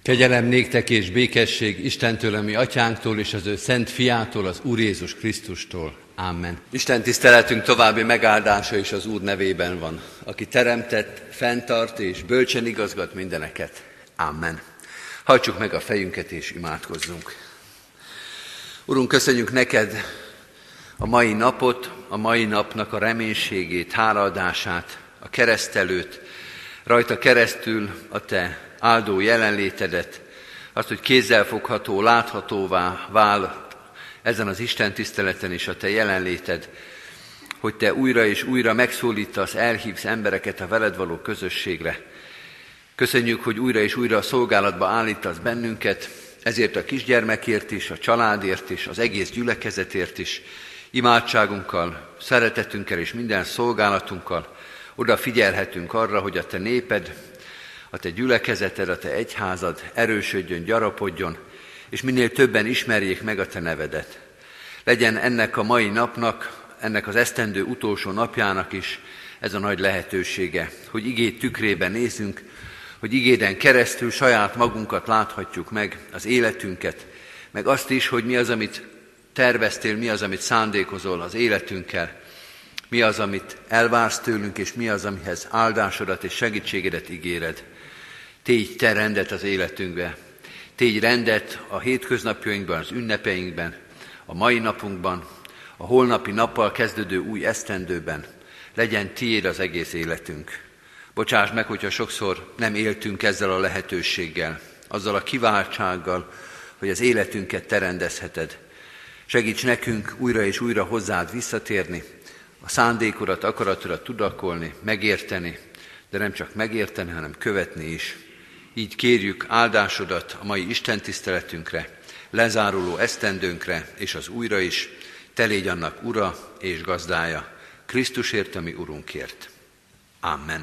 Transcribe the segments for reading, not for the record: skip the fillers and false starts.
Kegyelem néktek és békesség Istentől, a mi atyánktól és az ő szent fiától, az Úr Jézus Krisztustól. Amen. Isten tiszteletünk további megáldása is az Úr nevében van, aki teremtett, fenntart és bölcsen igazgat mindeneket. Amen. Hajtsuk meg a fejünket és imádkozzunk. Urunk, köszönjük neked a mai napot, a mai napnak a reménységét, hálaadását, a keresztelőt, rajta keresztül a te áldó jelenlétedet, azt, hogy kézzelfogható, láthatóvá vált ezen az Isten tiszteleten is a te jelenléted, hogy te újra és újra megszólítasz, elhívsz embereket a veled való közösségre. Köszönjük, hogy újra és újra a szolgálatba állítasz bennünket, ezért a kisgyermekért is, a családért is, az egész gyülekezetért is, imádságunkkal, szeretetünkkel és minden szolgálatunkkal odafigyelhetünk arra, hogy a te néped, a te gyülekezeted, a te egyházad erősödjön, gyarapodjon, és minél többen ismerjék meg a te nevedet. Legyen ennek a mai napnak, ennek az esztendő utolsó napjának is ez a nagy lehetősége, hogy igéd tükrében nézzünk, hogy igéden keresztül saját magunkat láthatjuk meg, az életünket, meg azt is, hogy mi az, amit terveztél, mi az, amit szándékozol az életünkkel, mi az, amit elvársz tőlünk, és mi az, amihez áldásodat és segítségedet ígéred. Tégy te rendet az életünkbe, tégy rendet a hétköznapjainkban, az ünnepeinkben, a mai napunkban, a holnapi nappal kezdődő új esztendőben. Legyen tiéd az egész életünk. Bocsáss meg, hogyha sokszor nem éltünk ezzel a lehetőséggel, azzal a kiváltsággal, hogy az életünket te rendezheted. Segíts nekünk újra és újra hozzád visszatérni, a szándékodat, akaratodat tudakolni, megérteni, de nem csak megérteni, hanem követni is. Így kérjük áldásodat a mai istentiszteletünkre, lezáruló esztendőnkre, és az újra is. Te légy annak ura és gazdája, Krisztusért, a mi Urunkért. Amen.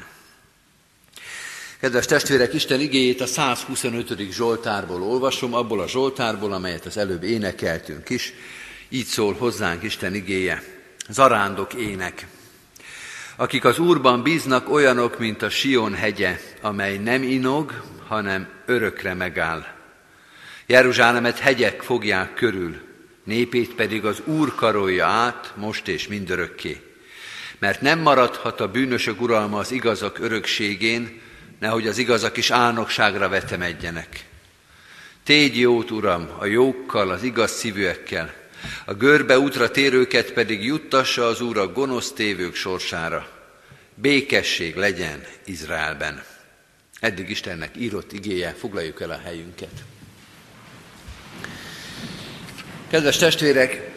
Kedves testvérek, Isten igéjét a 125. Zsoltárból olvasom, abból a Zsoltárból, amelyet az előbb énekeltünk is. Így szól hozzánk Isten igéje. Zarándok ének. Akik az Úrban bíznak, olyanok, mint a Sion hegye, amely nem inog, hanem örökre megáll. Jeruzsálemet hegyek fogják körül, népét pedig az Úr karolja át, most és mindörökké. Mert nem maradhat a bűnösök uralma az igazak örökségén, nehogy az igazak is álnokságra vetemedjenek. Tégy jót, Uram, a jókkal, az igaz szívűekkel, a görbe útra térőket pedig juttassa az Úr a gonosz tévők sorsára. Békesség legyen Izraelben. Eddig Istennek írott igéje, foglaljuk el a helyünket. Kedves testvérek,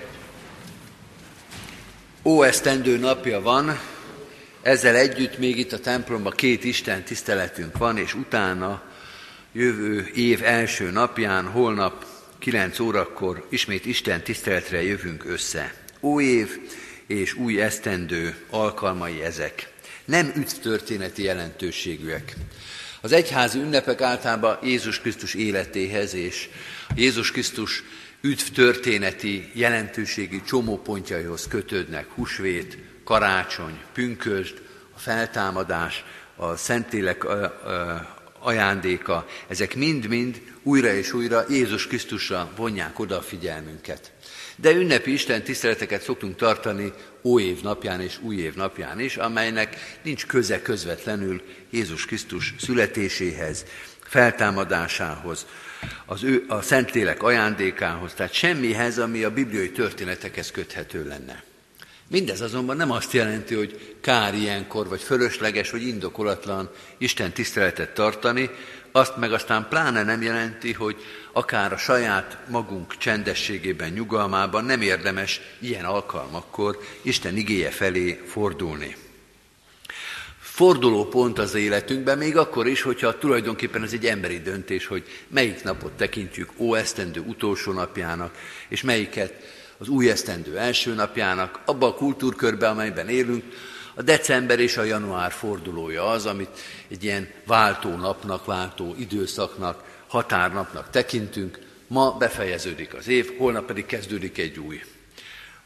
óesztendő napja van, ezzel együtt még itt a templomban 2 Isten tiszteletünk van, és utána jövő év első napján, holnap 9 órakor ismét Isten tiszteletre jövünk össze. Óév és új esztendő alkalmai ezek. Nem üdvtörténeti jelentőségűek. Az egyházi ünnepek általában Jézus Krisztus életéhez és Jézus Krisztus üdvtörténeti jelentőségi csomópontjaihoz kötődnek. Húsvét, karácsony, pünkösd, a feltámadás, a Szentlélek ajándéka, ezek mind-mind újra és újra Jézus Krisztusra vonják oda a figyelmünket. De ünnepi Isten tiszteleteket szoktunk tartani óév napján és újév napján is, amelynek nincs köze közvetlenül Jézus Krisztus születéséhez, feltámadásához, a Szentlélek ajándékához, tehát semmihez, ami a bibliai történetekhez köthető lenne. Mindez azonban nem azt jelenti, hogy kár ilyenkor, vagy fölösleges, vagy indokolatlan Isten tiszteletet tartani, azt meg aztán pláne nem jelenti, hogy akár a saját magunk csendességében, nyugalmában nem érdemes ilyen alkalmakkor Isten igéje felé fordulni. Fordulópont az életünkben, még akkor is, hogyha tulajdonképpen ez egy emberi döntés, hogy melyik napot tekintjük óesztendő utolsó napjának, és melyiket az új esztendő első napjának. Abba a kultúrkörben, amelyben élünk, a december és a január fordulója az, amit egy ilyen váltó napnak, váltó időszaknak, határnapnak tekintünk. Ma befejeződik az év, holnap pedig kezdődik egy új.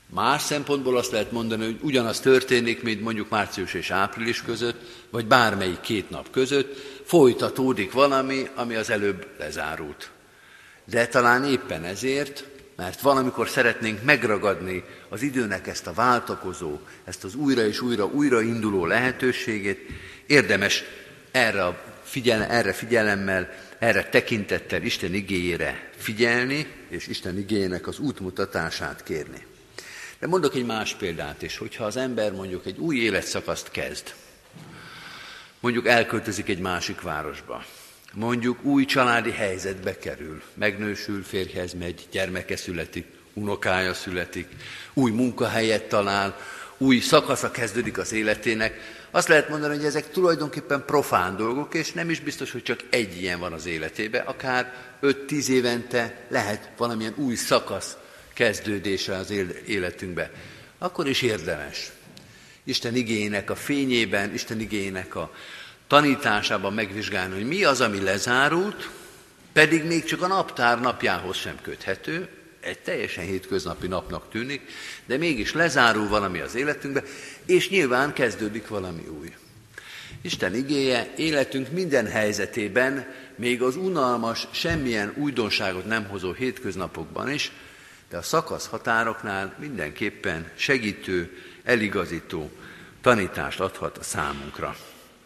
Más szempontból azt lehet mondani, hogy ugyanaz történik, mint mondjuk március és április között, vagy bármelyik 2 nap között, folytatódik valami, ami az előbb lezárult. De talán éppen ezért, mert valamikor szeretnénk megragadni az időnek ezt a váltakozó, ezt az újra és újra induló lehetőségét, érdemes erre figyelemmel, erre tekintettel Isten igéjére figyelni, és Isten igéjének az útmutatását kérni. De mondok egy más példát is, hogyha az ember mondjuk egy új életszakaszt kezd, mondjuk elköltözik egy másik városba, mondjuk új családi helyzetbe kerül, megnősül, férjhez megy, gyermeke születik, unokája születik, új munkahelyet talál, új szakasza kezdődik az életének. Azt lehet mondani, hogy ezek tulajdonképpen profán dolgok, és nem is biztos, hogy csak egy ilyen van az életében, akár 5-10 évente lehet valamilyen új szakasz kezdődése az életünkbe. Akkor is érdemes Isten igéjének a fényében, Isten igéjének a tanításában megvizsgálni, hogy mi az, ami lezárult, pedig még csak a naptár napjához sem köthető, egy teljesen hétköznapi napnak tűnik, de mégis lezárul valami az életünkbe, és nyilván kezdődik valami új. Isten igéje életünk minden helyzetében, még az unalmas, semmilyen újdonságot nem hozó hétköznapokban is, de a szakasz határoknál mindenképpen segítő, eligazító tanítást adhat a számunkra.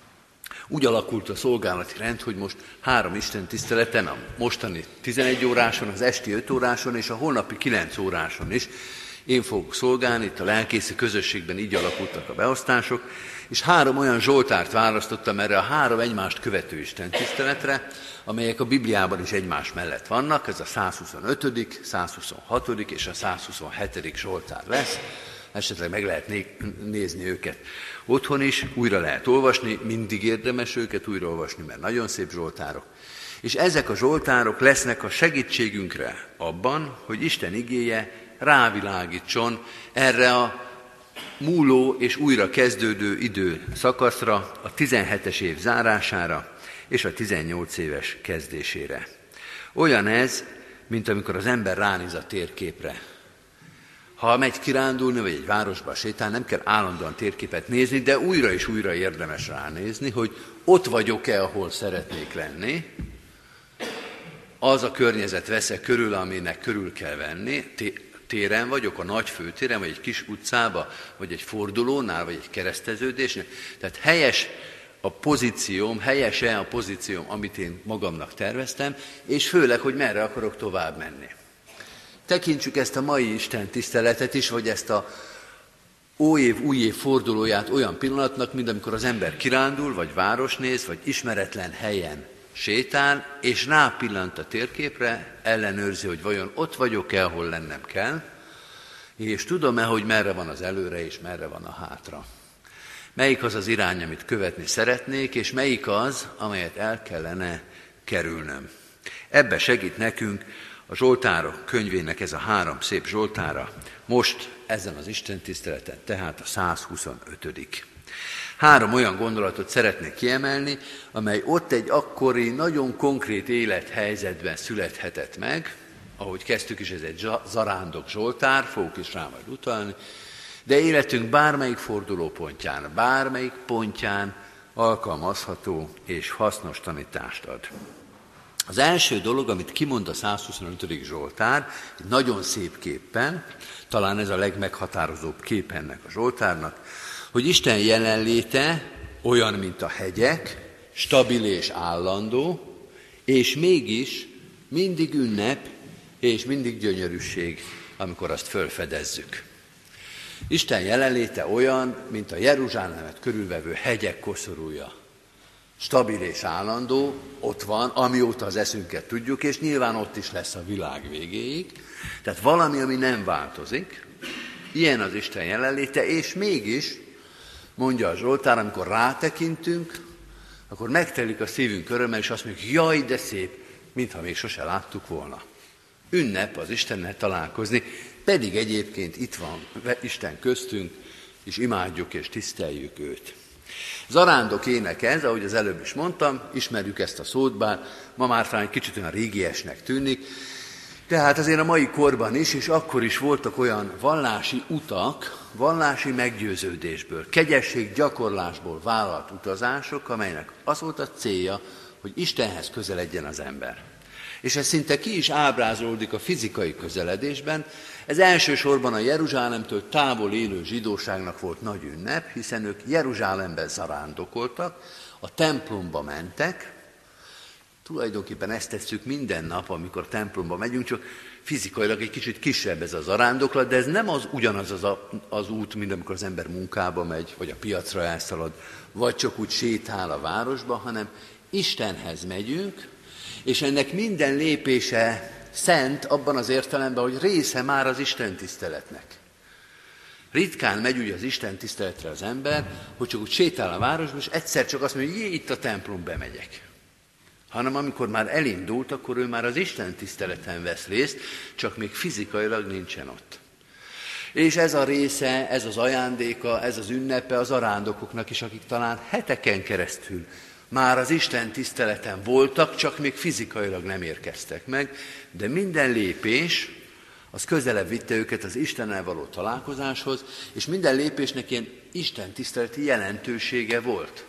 Úgy alakult a szolgálati rend, hogy most 3 istentiszteleten, a mostani 11 óráson, az esti 5 óráson és a holnapi 9 óráson is én fogok szolgálni, itt a lelkészi közösségben így alakultak a beosztások, és 3 olyan zsoltárt választottam erre a 3 egymást követő istentiszteletre, amelyek a Bibliában is egymás mellett vannak, ez a 125., 126. és a 127. zsoltár lesz. Esetleg meg lehet nézni őket otthon is, újra lehet olvasni, mindig érdemes őket újraolvasni, mert nagyon szép zsoltárok. És ezek a zsoltárok lesznek a segítségünkre abban, hogy Isten igéje rávilágítson erre a múló és újra kezdődő időszakaszra, a 17-es év zárására és a 18 éves kezdésére. Olyan ez, mint amikor az ember ránéz a térképre. Ha megy kirándulni, vagy egy városba sétál, nem kell állandóan térképet nézni, de újra és újra érdemes ránézni, hogy ott vagyok-e, ahol szeretnék lenni. Az a környezet vesz-e körül, aminek körül kell venni. Téren vagyok, a nagy főtéren, vagy egy kis utcába, vagy egy fordulónál, vagy egy kereszteződésnél. Tehát helyes-e a pozícióm, amit én magamnak terveztem, és főleg, hogy merre akarok tovább menni. Tekintsük ezt a mai Isten tiszteletet is, vagy ezt a óév, új év fordulóját olyan pillanatnak, mint amikor az ember kirándul, vagy városnéz, vagy ismeretlen helyen sétál, és rápillant a térképre, ellenőrzi, hogy vajon ott vagyok-e, ahol lennem kell, és tudom-e, hogy merre van az előre, és merre van a hátra. Melyik az az irány, amit követni szeretnék, és melyik az, amelyet el kellene kerülnöm. Ebbe segít nekünk a Zsoltárok könyvének ez a 3 szép zsoltára, most ezen az istentiszteleten, tehát a 125. 3 olyan gondolatot szeretnék kiemelni, amely ott egy akkori, nagyon konkrét élethelyzetben születhetett meg, ahogy kezdtük is, ez egy zarándok zsoltár, fogok is rá majd utalni, de életünk bármelyik fordulópontján, bármelyik pontján alkalmazható és hasznos tanítást ad. Az első dolog, amit kimond a 125. zsoltár, egy nagyon szép képpen, talán ez a legmeghatározóbb kép ennek a zsoltárnak, hogy Isten jelenléte olyan, mint a hegyek, stabil és állandó, és mégis mindig ünnep és mindig gyönyörűség, amikor azt fölfedezzük. Isten jelenléte olyan, mint a Jeruzsálemet körülvevő hegyek koszorúja. Stabil és állandó, ott van, amióta az eszünket tudjuk, és nyilván ott is lesz a világ végéig. Tehát valami, ami nem változik, ilyen az Isten jelenléte, és mégis, mondja a Zsoltár, amikor rátekintünk, akkor megtelik a szívünk örömmel, és azt mondjuk, jaj, de szép, mintha még sose láttuk volna. Ünnep az Istennel találkozni, pedig egyébként itt van Isten köztünk, és imádjuk és tiszteljük őt. Zarándok ének ez, ahogy az előbb is mondtam, ismerjük ezt a szót, bár ma már talán egy kicsit olyan régiesnek tűnik. Tehát azért a mai korban is, és akkor is voltak olyan vallási utak, vallási meggyőződésből, kegyesség gyakorlásból vállalt utazások, amelynek az volt a célja, hogy Istenhez közeledjen az ember. És ez szinte ki is ábrázolódik a fizikai közeledésben. Ez elsősorban a Jeruzsálemtől távol élő zsidóságnak volt nagy ünnep, hiszen ők Jeruzsálemben zarándokoltak, a templomba mentek. Tulajdonképpen ezt tesszük minden nap, amikor templomba megyünk, csak fizikailag egy kicsit kisebb ez a zarándoklat, de ez nem ugyanaz az út, mint amikor az ember munkába megy, vagy a piacra elszalad, vagy csak úgy sétál a városba, hanem Istenhez megyünk, és ennek minden lépése szent abban az értelemben, hogy része már az istentiszteletnek. Ritkán megy úgy az istentiszteletre az ember, hogy csak úgy sétál a városba, és egyszer csak azt mondja, hogy itt a templom, bemegyek. Hanem amikor már elindult, akkor ő már az istentiszteleten vesz részt, csak még fizikailag nincsen ott. És ez a része, ez az ajándéka, ez az ünnepe az arándokoknak is, akik talán heteken keresztül már az Isten tiszteleten voltak, csak még fizikailag nem érkeztek meg, de minden lépés az közelebb vitte őket az Istennel való találkozáshoz, és minden lépésnek ilyen Isten tiszteleti jelentősége volt.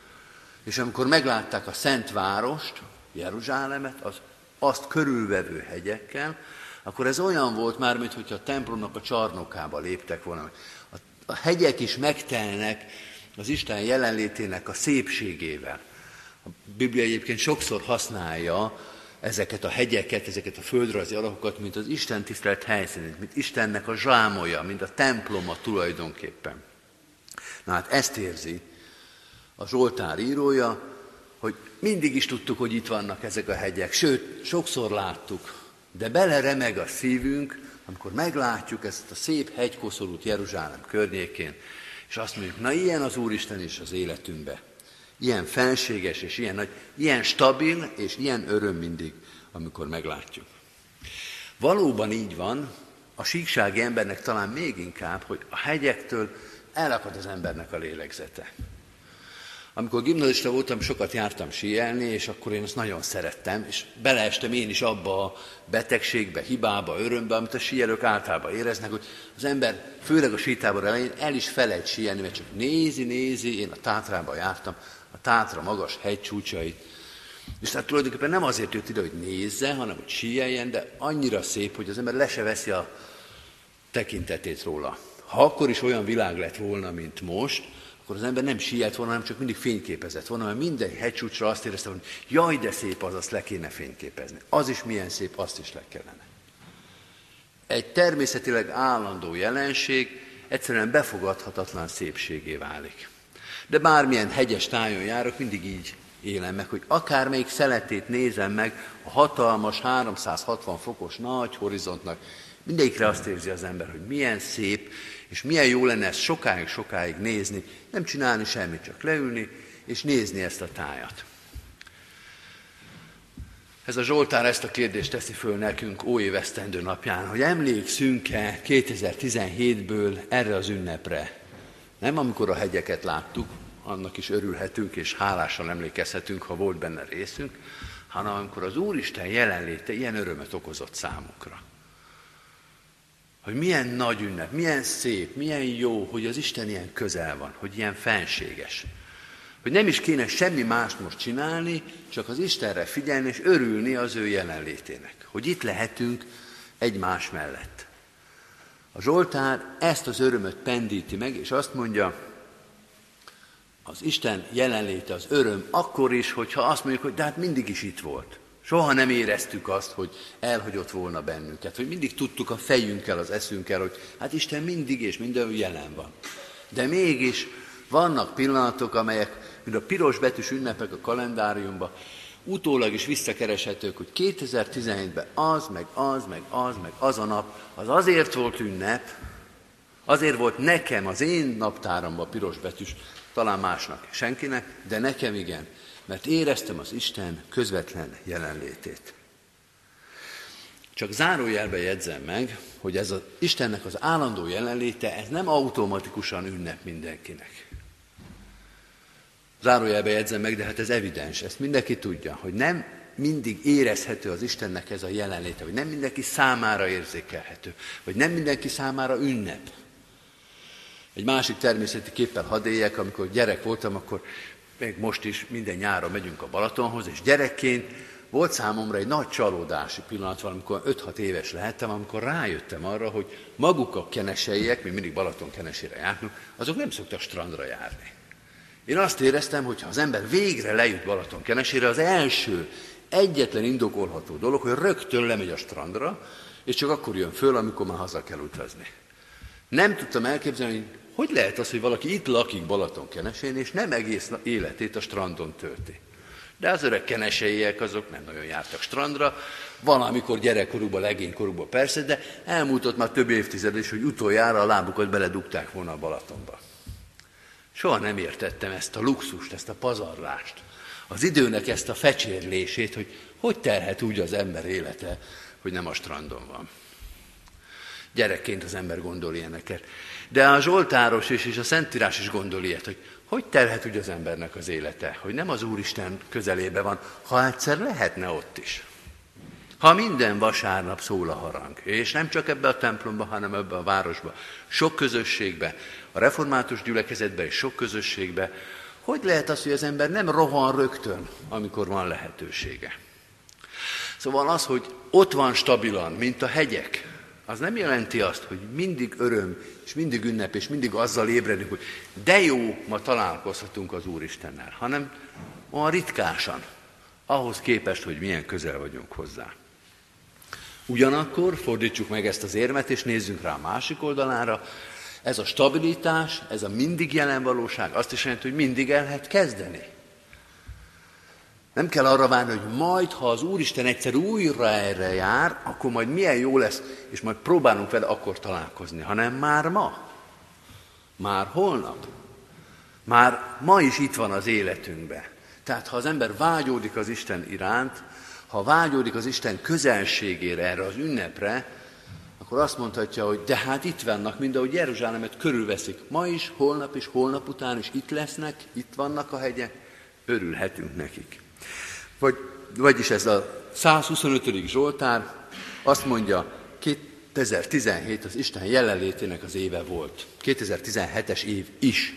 És amikor meglátták a Szent Várost, Jeruzsálemet, azt körülvevő hegyekkel, akkor ez olyan volt már, mintha a templomnak a csarnokába léptek volna. A hegyek is megtelnek az Isten jelenlétének a szépségével. A Biblia egyébként sokszor használja ezeket a hegyeket, ezeket a földrajzi alakokat, mint az Isten tisztelet helyszínét, mint Istennek a zsámolja, mint a temploma tulajdonképpen. Na hát ezt érzi a Zsoltár írója, hogy mindig is tudtuk, hogy itt vannak ezek a hegyek, sőt, sokszor láttuk, de beleremeg a szívünk, amikor meglátjuk ezt a szép hegykoszorút Jeruzsálem környékén, és azt mondjuk, na ilyen az Úristen is az életünkben. Ilyen fenséges és ilyen nagy, ilyen stabil és ilyen öröm mindig, amikor meglátjuk. Valóban így van, a síksági embernek talán még inkább, hogy a hegyektől elakad az embernek a lélegzete. Amikor gimnazista voltam, sokat jártam síelni, és akkor én azt nagyon szerettem, és beleestem én is abba a betegségbe, hibába, örömbe, amit a síelők általában éreznek, hogy az ember, főleg a sítábor elején el is felejt síelni, mert csak nézi, én a Tátrában jártam, a Tátra magas hegycsúcsait. És tehát tulajdonképpen nem azért jött ide, hogy nézze, hanem hogy síeljen, de annyira szép, hogy az ember le se veszi a tekintetét róla. Ha akkor is olyan világ lett volna, mint most, akkor az ember nem síelt volna, hanem csak mindig fényképezett volna, mert minden hegycsúcsra azt éreztem, hogy jaj, de szép az, azt le kéne fényképezni. Az is milyen szép, azt is le kellene. Egy természetileg állandó jelenség egyszerűen befogadhatatlan szépségé válik. De bármilyen hegyes tájon járok, mindig így élem meg, hogy akármelyik szeletét nézem meg a hatalmas, 360 fokos nagy horizontnak, mindegyikre azt érzi az ember, hogy milyen szép, és milyen jó lenne ezt sokáig nézni, nem csinálni semmit, csak leülni, és nézni ezt a tájat. Ez a Zsoltár ezt a kérdést teszi föl nekünk óévesztendő napján, hogy emlékszünk-e 2017-ből erre az ünnepre. Nem amikor a hegyeket láttuk, annak is örülhetünk, és hálásan emlékezhetünk, ha volt benne részünk, hanem amikor az Úristen jelenléte ilyen örömet okozott számunkra. Hogy milyen nagy ünnep, milyen szép, milyen jó, hogy az Isten ilyen közel van, hogy ilyen fenséges. Hogy nem is kéne semmi mást most csinálni, csak az Istenre figyelni és örülni az ő jelenlétének. Hogy itt lehetünk egymás mellett. A Zsoltár ezt az örömöt pendíti meg, és azt mondja, az Isten jelenléte az öröm akkor is, hogyha azt mondjuk, hogy de hát mindig is itt volt. Soha nem éreztük azt, hogy elhagyott volna bennünket, hogy mindig tudtuk a fejünkkel, az eszünkkel, hogy hát Isten mindig és mindenhol jelen van. De mégis vannak pillanatok, amelyek, mint a piros betűs ünnepek a kalendáriumban, utólag is visszakereshetők, hogy 2017-ben az a nap, az azért volt ünnep, azért volt nekem az én naptáramban piros betűs, talán másnak senkinek, de nekem igen, mert éreztem az Isten közvetlen jelenlétét. Csak zárójelbe jegyzem meg, hogy ez az Istennek az állandó jelenléte, ez nem automatikusan ünnep mindenkinek. Zárójelbe jegyzem meg, de hát ez evidens, ezt mindenki tudja, hogy nem mindig érezhető az Istennek ez a jelenléte, vagy nem mindenki számára érzékelhető, vagy nem mindenki számára ünnep. Egy másik természeti képpel hadd éljek, amikor gyerek voltam, akkor még most is minden nyáron megyünk a Balatonhoz, és gyerekként volt számomra egy nagy csalódási pillanat, valamikor 5-6 éves lehettem, amikor rájöttem arra, hogy maguk a keneseiek, mi mindig Balaton kenesére jártunk, azok nem szoktak strandra járni. Én azt éreztem, hogy ha az ember végre lejut Balaton kenesére, az első, egyetlen indokolható dolog, hogy rögtön lemegy a strandra, és csak akkor jön föl, amikor már haza kell utazni. Nem tudtam elképzelni, hogy lehet az, hogy valaki itt lakik Balaton kenesén, és nem egész életét a strandon tölti. De az öreg keneseiek, azok nem nagyon jártak strandra, valamikor gyerekkorukban, legénykorukban persze, de elmúltott már több évtized is, hogy utoljára a lábukat beledugták volna a Balatonba. Soha nem értettem ezt a luxust, ezt a pazarlást, az időnek ezt a fecsérlését, hogy terhet úgy az ember élete, hogy nem a strandon van. Gyerekként az ember gondol ilyeneket. De a Zsoltáros és a Szentírás is gondol ilyet, hogy terhet úgy az embernek az élete, hogy nem az Úristen közelébe van, ha egyszer lehetne ott is. Ha minden vasárnap szól a harang, és nem csak ebbe a templomba, hanem ebbe a városba, sok közösségbe, a református gyülekezetbe és sok közösségbe, hogy lehet az, hogy az ember nem rohan rögtön, amikor van lehetősége? Szóval az, hogy ott van stabilan, mint a hegyek, az nem jelenti azt, hogy mindig öröm, és mindig ünnep, és mindig azzal ébredünk, hogy de jó, ma találkozhatunk az Úristennel, hanem olyan ritkásan, ahhoz képest, hogy milyen közel vagyunk hozzá. Ugyanakkor fordítsuk meg ezt az érmet, és nézzünk rá a másik oldalára. Ez a stabilitás, ez a mindig jelen valóság azt is jelenti, hogy mindig el lehet kezdeni. Nem kell arra várni, hogy majd, ha az Úristen egyszer újra erre jár, akkor majd milyen jó lesz, és majd próbálunk vele akkor találkozni, hanem már ma, már holnap, már ma is itt van az életünkben. Tehát ha az ember vágyódik az Isten iránt, ha vágyódik az Isten közelségére, erre az ünnepre, akkor azt mondhatja, hogy de hát itt vannak, mind ahogy Jeruzsálemet körülveszik. Ma is, holnap után is itt lesznek, itt vannak a hegyek, örülhetünk nekik. Vagyis ez a 125. Zsoltár azt mondja, 2017 az Isten jelenlétének az éve volt. 2017-es év is.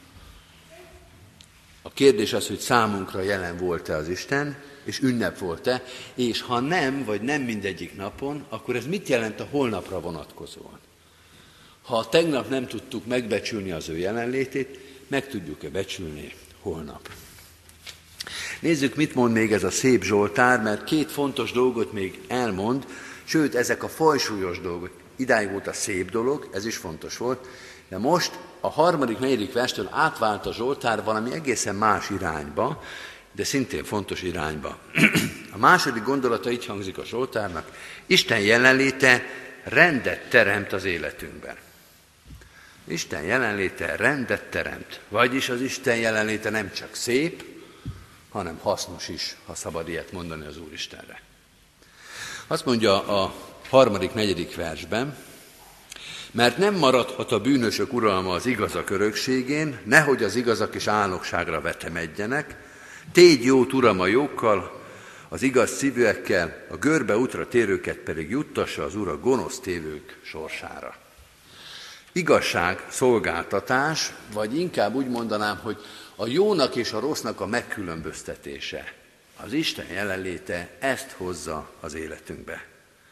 A kérdés az, hogy számunkra jelen volt-e az Isten, és ünnep volt-e, és ha nem, vagy nem mindegyik napon, akkor ez mit jelent a holnapra vonatkozóan? Ha tegnap nem tudtuk megbecsülni az ő jelenlétét, meg tudjuk-e becsülni holnap? Nézzük, mit mond még ez a szép Zsoltár, mert 2 fontos dolgot még elmond, sőt, ezek a fajsúlyos dolgok. Idáig volt a szép dolog, ez is fontos volt, de most a 3.-4. verstől átvált a Zsoltár valami egészen más irányba, de szintén fontos irányba. A második gondolata így hangzik a Zsoltárnak, Isten jelenléte rendet teremt az életünkben. Isten jelenléte rendet teremt, vagyis az Isten jelenléte nem csak szép, hanem hasznos is, ha szabad ilyet mondani az Úristenre. Azt mondja a 3.-4. versben, mert nem maradhat a bűnösök uralma az igazak örökségén, nehogy az igazak is álnokságra vetemedjenek, tégy jót uram a jókkal, az igaz szívűekkel, a görbe útra térőket pedig juttassa az Ura gonosz tévők sorsára. Igazság szolgáltatás, vagy inkább úgy mondanám, hogy a jónak és a rossznak a megkülönböztetése, az Isten jelenléte ezt hozza az életünkbe.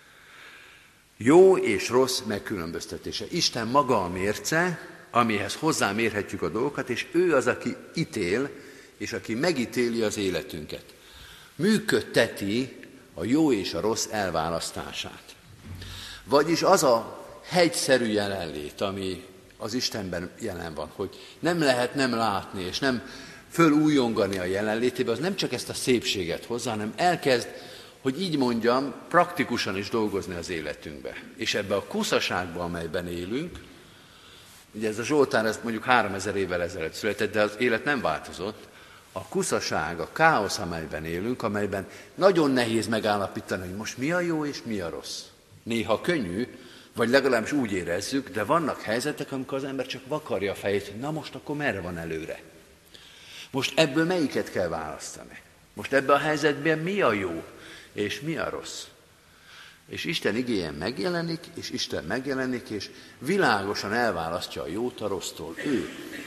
Jó és rossz megkülönböztetése. Isten maga a mérce, amihez hozzámérhetjük a dolgokat, és ő az, aki ítél, és aki megítéli az életünket. Működteti a jó és a rossz elválasztását. Vagyis az a hegyszerű jelenlét, ami az Istenben jelen van, hogy nem lehet nem látni, és nem fölújongani a jelenlétébe, az nem csak ezt a szépséget hozzá, hanem elkezd, hogy így mondjam, praktikusan is dolgozni az életünkbe. És ebbe a kuszaságba, amelyben élünk, ugye ez a Zsoltár, ez mondjuk 3000 évvel ezelőtt született, de az élet nem változott. A kuszaság, a káosz, amelyben élünk, amelyben nagyon nehéz megállapítani, hogy most mi a jó és mi a rossz. Néha könnyű, vagy legalábbis úgy érezzük, de vannak helyzetek, amikor az ember csak vakarja a fejét, hogy na most akkor merre van előre. Most ebből melyiket kell választani? Most ebben a helyzetben mi a jó, és mi a rossz? És Isten igéjen megjelenik, és Isten megjelenik, és világosan elválasztja a jót a rossztól. Ő.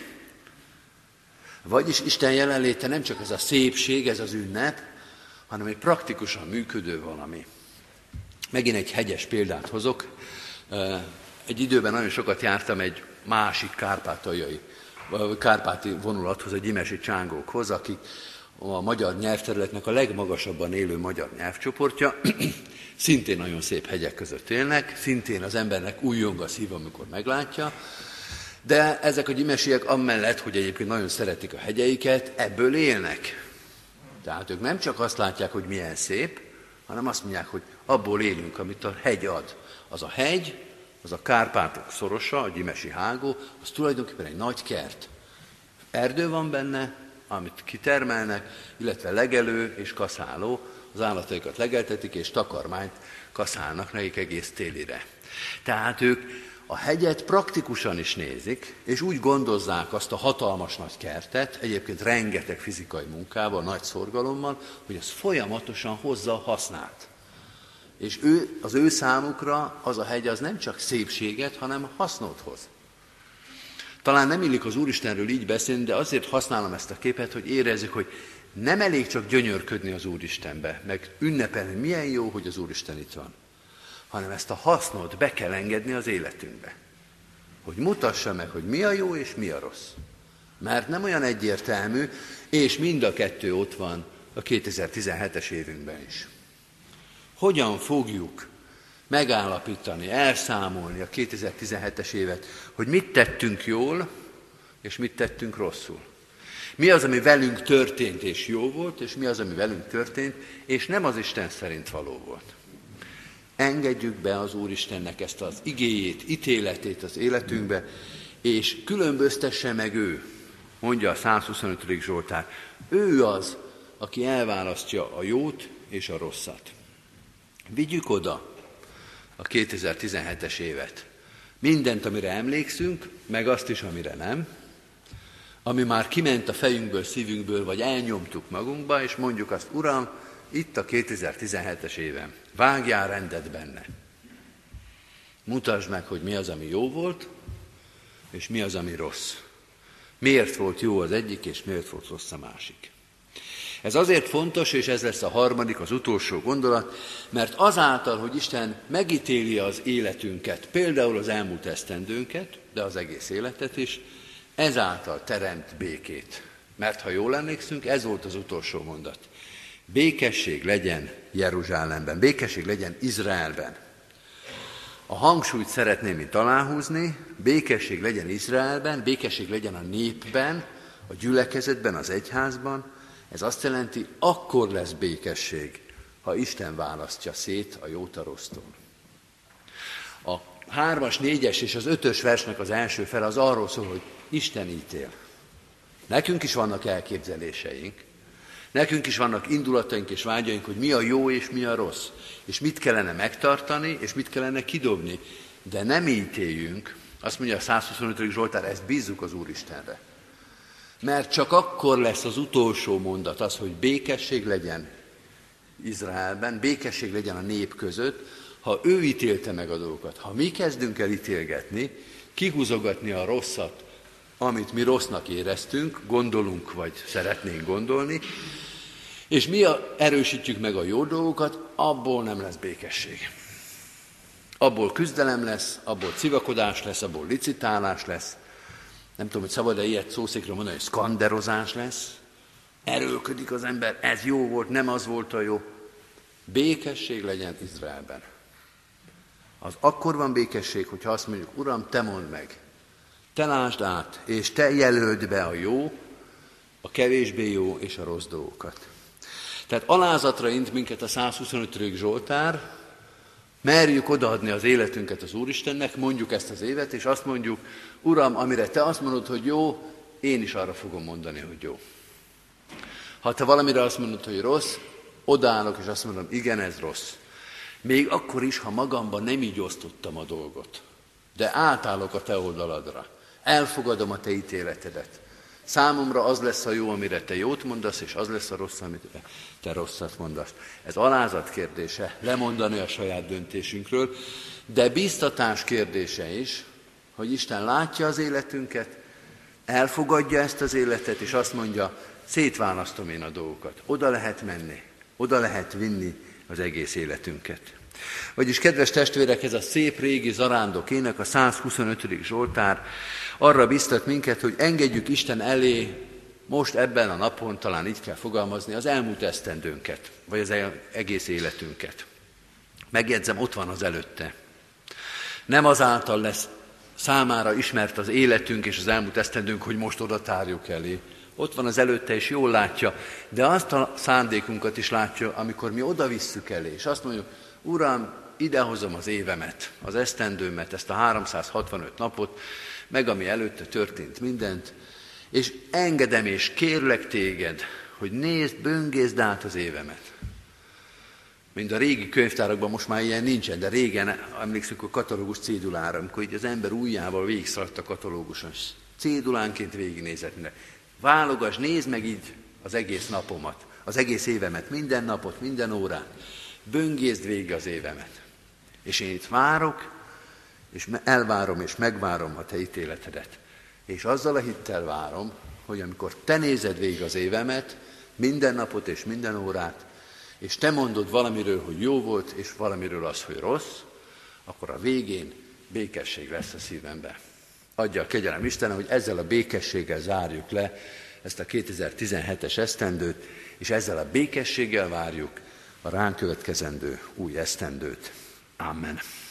Vagyis Isten jelenléte nem csak ez a szépség, ez az ünnep, hanem egy praktikusan működő valami. Megint egy hegyes példát hozok. Egy időben nagyon sokat jártam egy másik kárpáti vonulathoz, egy gyimesi csángókhoz, akik a magyar nyelvterületnek a legmagasabban élő magyar nyelvcsoportja, szintén nagyon szép hegyek között élnek, szintén az embernek újjong a szív, amikor meglátja, de ezek a gyimesiek amellett, hogy egyébként nagyon szeretik a hegyeiket, ebből élnek. Tehát ők nem csak azt látják, hogy milyen szép, hanem azt mondják, hogy abból élünk, amit a hegy ad. Az a hegy, az a Kárpátok szorosa, a gyimesi hágó, az tulajdonképpen egy nagy kert. Erdő van benne, amit kitermelnek, illetve legelő és kaszáló, az állataikat legeltetik, és takarmányt kaszálnak nekik egész télire. Tehát ők a hegyet praktikusan is nézik, és úgy gondozzák azt a hatalmas nagy kertet, egyébként rengeteg fizikai munkával, nagy szorgalommal, hogy az folyamatosan hozza a hasznát. És az ő számukra az a hegy az nem csak szépséget, hanem hasznot hoz. Talán nem illik az Úristenről így beszélni, de azért használom ezt a képet, hogy érezzük, hogy nem elég csak gyönyörködni az Úristenbe, meg ünnepelni, milyen jó, hogy az Úristen itt van, hanem ezt a hasznot be kell engedni az életünkbe. Hogy mutassa meg, hogy mi a jó és mi a rossz. Mert nem olyan egyértelmű, és mind a kettő ott van a 2017-es évünkben is. Hogyan fogjuk megállapítani, elszámolni a 2017-es évet, hogy mit tettünk jól, és mit tettünk rosszul? Mi az, ami velünk történt és jó volt, és mi az, ami velünk történt, és nem az Isten szerint való volt. Engedjük be az Úristennek ezt az igéjét, ítéletét az életünkbe, és különböztesse meg ő, mondja a 125. Zsoltár. Ő az, aki elválasztja a jót és a rosszat. Vigyük oda a 2017-es évet. Mindent, amire emlékszünk, meg azt is, amire nem, ami már kiment a fejünkből, szívünkből, vagy elnyomtuk magunkba, és mondjuk azt, Uram, itt a 2017-es évem, vágjál rendet benne. Mutasd meg, hogy mi az, ami jó volt, és mi az, ami rossz. Miért volt jó az egyik, és miért volt rossz a másik. Ez azért fontos, és ez lesz a harmadik, az utolsó gondolat, mert azáltal, hogy Isten megítéli az életünket, például az elmúlt esztendőnket, de az egész életet is, ezáltal teremt békét. Mert ha jól emlékszünk, ez volt az utolsó mondat. Békesség legyen Jeruzsálemben, békesség legyen Izraelben. A hangsúlyt szeretném itt aláhúzni, békesség legyen Izraelben, békesség legyen a népben, a gyülekezetben, az egyházban. Ez azt jelenti, akkor lesz békesség, ha Isten választja szét a jót a rossztól. A 3., 4. és az 5. versnek az első fele az arról szól, hogy Isten ítél. Nekünk is vannak elképzeléseink, nekünk is vannak indulataink és vágyaink, hogy mi a jó és mi a rossz, és mit kellene megtartani, és mit kellene kidobni. De nem ítéljünk, azt mondja a 125. Zsoltár, ezt bízzuk az Úristenre. Mert csak akkor lesz az utolsó mondat az, hogy békesség legyen Izraelben, békesség legyen a nép között, ha ő ítélte meg a dolgokat. Ha mi kezdünk el ítélgetni, kihúzogatni a rosszat, amit mi rossznak éreztünk, gondolunk vagy szeretnénk gondolni, és mi erősítjük meg a jó dolgokat, abból nem lesz békesség. Abból küzdelem lesz, abból civakodás lesz, abból licitálás lesz. Nem tudom, hogy szabad-e ilyet szószékről mondani, hogy szkanderozás lesz. Erőlködik az ember, ez jó volt, nem az volt a jó. Békesség legyen Izraelben. Az akkor van békesség, hogyha azt mondjuk, Uram, te mondd meg, te lásd át, és te jelöld be a jó, a kevésbé jó és a rossz dolgokat. Tehát alázatra int minket a 125. Zsoltár, merjük odaadni az életünket az Úristennek, mondjuk ezt az évet, és azt mondjuk, Uram, amire te azt mondod, hogy jó, én is arra fogom mondani, hogy jó. Ha te valamire azt mondod, hogy rossz, odaállok, és azt mondom, igen, ez rossz. Még akkor is, ha magamban nem így osztottam a dolgot. De átállok a te oldaladra. Elfogadom a te ítéletedet. Számomra az lesz a jó, amire te jót mondasz, és az lesz a rossz, amit te rosszat mondasz. Ez alázat kérdése, lemondani a saját döntésünkről, de bíztatás kérdése is, hogy Isten látja az életünket, elfogadja ezt az életet, és azt mondja, szétválasztom én a dolgokat. Oda lehet menni, oda lehet vinni az egész életünket. Vagyis, kedves testvérek, ez a szép régi zarándok ének, a 125. Zsoltár arra biztat minket, hogy engedjük Isten elé most ebben a napon, talán így kell fogalmazni, az elmúlt esztendőnket, vagy az egész életünket. Megjegyzem, ott van az előtte. Nem azáltal lesz számára ismert az életünk és az elmúlt esztendőnk, hogy most oda tárjuk elé. Ott van az előtte, és jól látja, de azt a szándékunkat is látja, amikor mi oda visszük elé, és azt mondjuk, Uram, idehozom az évemet, az esztendőmet, ezt a 365 napot, meg ami előtte történt mindent, és engedem és kérlek téged, hogy nézd, böngészd át az évemet. Mint a régi könyvtárakban most már ilyen nincsen, de régen emlékszünk a katalógus cédulára, amikor így az ember ujjával végigszaladt a katalóguson, és cédulánként végignézett minden. Válogass, nézd meg így az egész napomat, az egész évemet, minden napot, minden órát. Böngészd végig az évemet. És én itt várok, és elvárom, és megvárom a te ítéletedet. És azzal a hittel várom, hogy amikor te nézed végig az évemet, minden napot és minden órát, és te mondod valamiről, hogy jó volt, és valamiről az, hogy rossz, akkor a végén békesség lesz a szívemben. Adja a kegyelem Isten, hogy ezzel a békességgel zárjuk le ezt a 2017-es esztendőt, és ezzel a békességgel várjuk a ránk következendő új esztendőt. Amen.